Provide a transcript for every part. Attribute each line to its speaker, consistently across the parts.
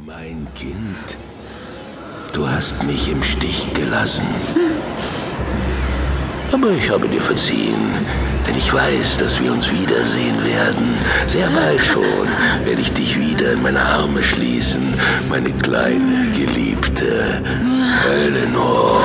Speaker 1: Mein Kind, du hast mich im Stich gelassen. Aber ich habe dir verziehen, denn ich weiß, dass wir uns wiedersehen werden. Sehr bald schon werde ich dich wieder in meine Arme schließen, meine kleine, geliebte Eleanor.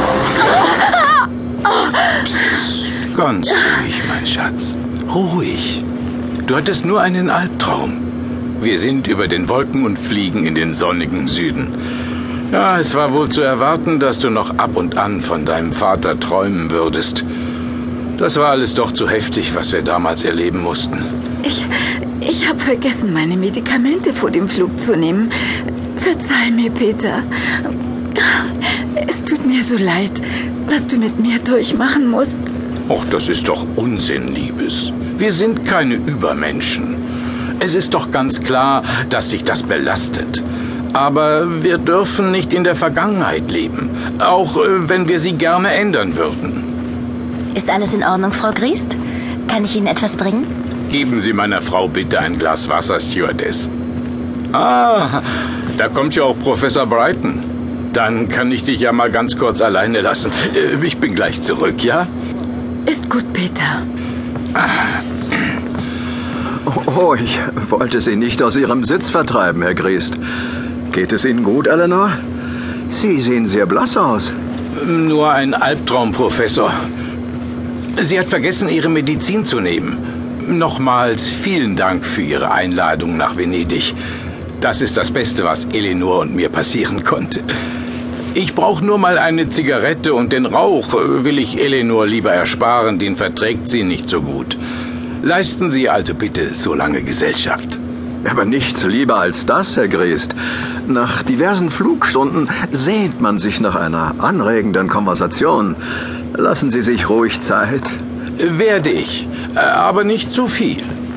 Speaker 2: Ganz ruhig, mein Schatz. Ruhig. Du hattest nur einen Albtraum. Wir sind über den Wolken und fliegen in den sonnigen Süden. Ja, es war wohl zu erwarten, dass du noch ab und an von deinem Vater träumen würdest. Das war alles doch zu heftig, was wir damals erleben mussten.
Speaker 3: Ich habe vergessen, meine Medikamente vor dem Flug zu nehmen. Verzeih mir, Peter. Es tut mir so leid, was du mit mir durchmachen musst.
Speaker 2: Och, das ist doch Unsinn, Liebes. Wir sind keine Übermenschen. Es ist doch ganz klar, dass dich das belastet. Aber wir dürfen nicht in der Vergangenheit leben, auch wenn wir sie gerne ändern würden.
Speaker 4: Ist alles in Ordnung, Frau Griest? Kann ich Ihnen etwas bringen?
Speaker 2: Geben Sie meiner Frau bitte ein Glas Wasser, Stewardess. Ah, da kommt ja auch Professor Brighton. Dann kann ich dich ja mal ganz kurz alleine lassen. Ich bin gleich zurück, ja?
Speaker 3: Ist gut, Peter.
Speaker 5: Oh, ich wollte Sie nicht aus Ihrem Sitz vertreiben, Herr Griest. Geht es Ihnen gut, Eleanor? Sie sehen sehr blass aus.
Speaker 2: Nur ein Albtraum, Professor. Sie hat vergessen, ihre Medizin zu nehmen. Nochmals vielen Dank für Ihre Einladung nach Venedig. Das ist das Beste, was Eleanor und mir passieren konnte. Ich brauche nur mal eine Zigarette und den Rauch will ich Eleanor lieber ersparen, den verträgt sie nicht so gut. Leisten Sie also bitte so lange Gesellschaft.
Speaker 5: Aber nichts lieber als das, Herr Griest. Nach diversen Flugstunden sehnt man sich nach einer anregenden Konversation. Lassen Sie sich ruhig Zeit.
Speaker 2: Werde ich, aber nicht zu viel.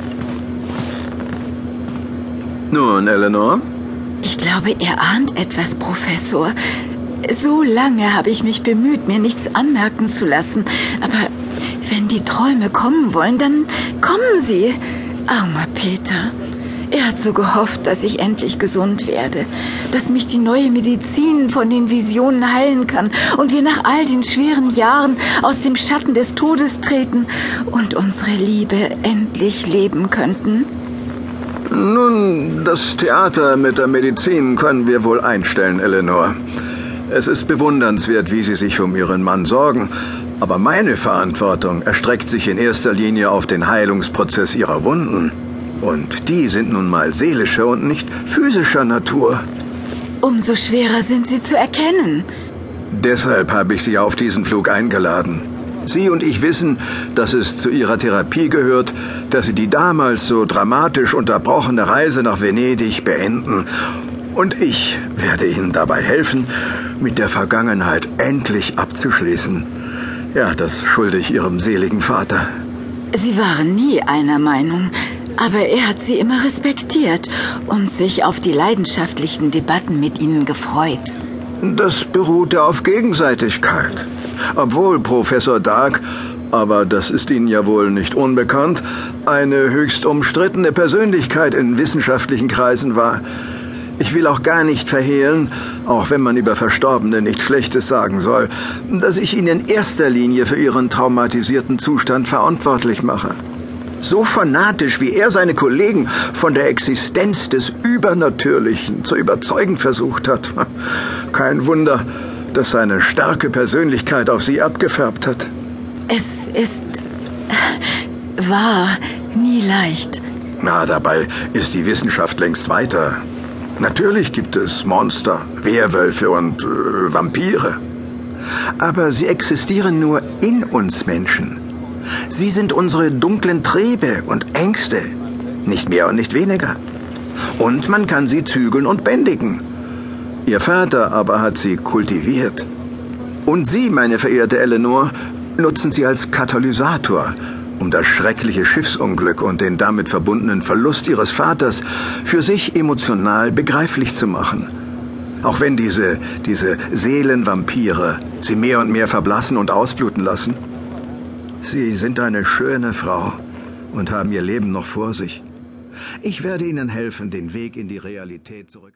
Speaker 5: Nun, Eleanor?
Speaker 3: Ich glaube, er ahnt etwas, Professor. So lange habe ich mich bemüht, mir nichts anmerken zu lassen. Aber wenn die Träume kommen wollen, dann kommen sie. Armer Peter. Er hat so gehofft, dass ich endlich gesund werde, dass mich die neue Medizin von den Visionen heilen kann und wir nach all den schweren Jahren aus dem Schatten des Todes treten und unsere Liebe endlich leben könnten.
Speaker 5: Nun, das Theater mit der Medizin können wir wohl einstellen, Eleanor. Es ist bewundernswert, wie Sie sich um Ihren Mann sorgen, aber meine Verantwortung erstreckt sich in erster Linie auf den Heilungsprozess Ihrer Wunden. Und die sind nun mal seelischer und nicht physischer Natur.
Speaker 3: Umso schwerer sind sie zu erkennen.
Speaker 5: Deshalb habe ich Sie auf diesen Flug eingeladen. Sie und ich wissen, dass es zu Ihrer Therapie gehört, dass Sie die damals so dramatisch unterbrochene Reise nach Venedig beenden. Und ich werde Ihnen dabei helfen, mit der Vergangenheit endlich abzuschließen. Ja, das schulde ich Ihrem seligen Vater.
Speaker 3: Sie waren nie einer Meinung, aber er hat sie immer respektiert und sich auf die leidenschaftlichen Debatten mit ihnen gefreut.
Speaker 5: Das beruhte auf Gegenseitigkeit. Obwohl Professor Dark, aber das ist Ihnen ja wohl nicht unbekannt, eine höchst umstrittene Persönlichkeit in wissenschaftlichen Kreisen war. Ich will auch gar nicht verhehlen, auch wenn man über Verstorbene nichts Schlechtes sagen soll, dass ich ihn in erster Linie für Ihren traumatisierten Zustand verantwortlich mache. So fanatisch, wie er seine Kollegen von der Existenz des Übernatürlichen zu überzeugen versucht hat. Kein Wunder, dass seine starke Persönlichkeit auf Sie abgefärbt hat.
Speaker 3: Es war nie leicht.
Speaker 5: Na, dabei ist die Wissenschaft längst weiter. Natürlich gibt es Monster, Werwölfe und Vampire. Aber sie existieren nur in uns Menschen. Sie sind unsere dunklen Triebe und Ängste, nicht mehr und nicht weniger. Und man kann sie zügeln und bändigen. Ihr Vater aber hat sie kultiviert. Und Sie, meine verehrte Eleanor, nutzen sie als Katalysator, um das schreckliche Schiffsunglück und den damit verbundenen Verlust Ihres Vaters für sich emotional begreiflich zu machen. Auch wenn diese Seelenvampire Sie mehr und mehr verblassen und ausbluten lassen. Sie sind eine schöne Frau und haben Ihr Leben noch vor sich. Ich werde Ihnen helfen, den Weg in die Realität zurück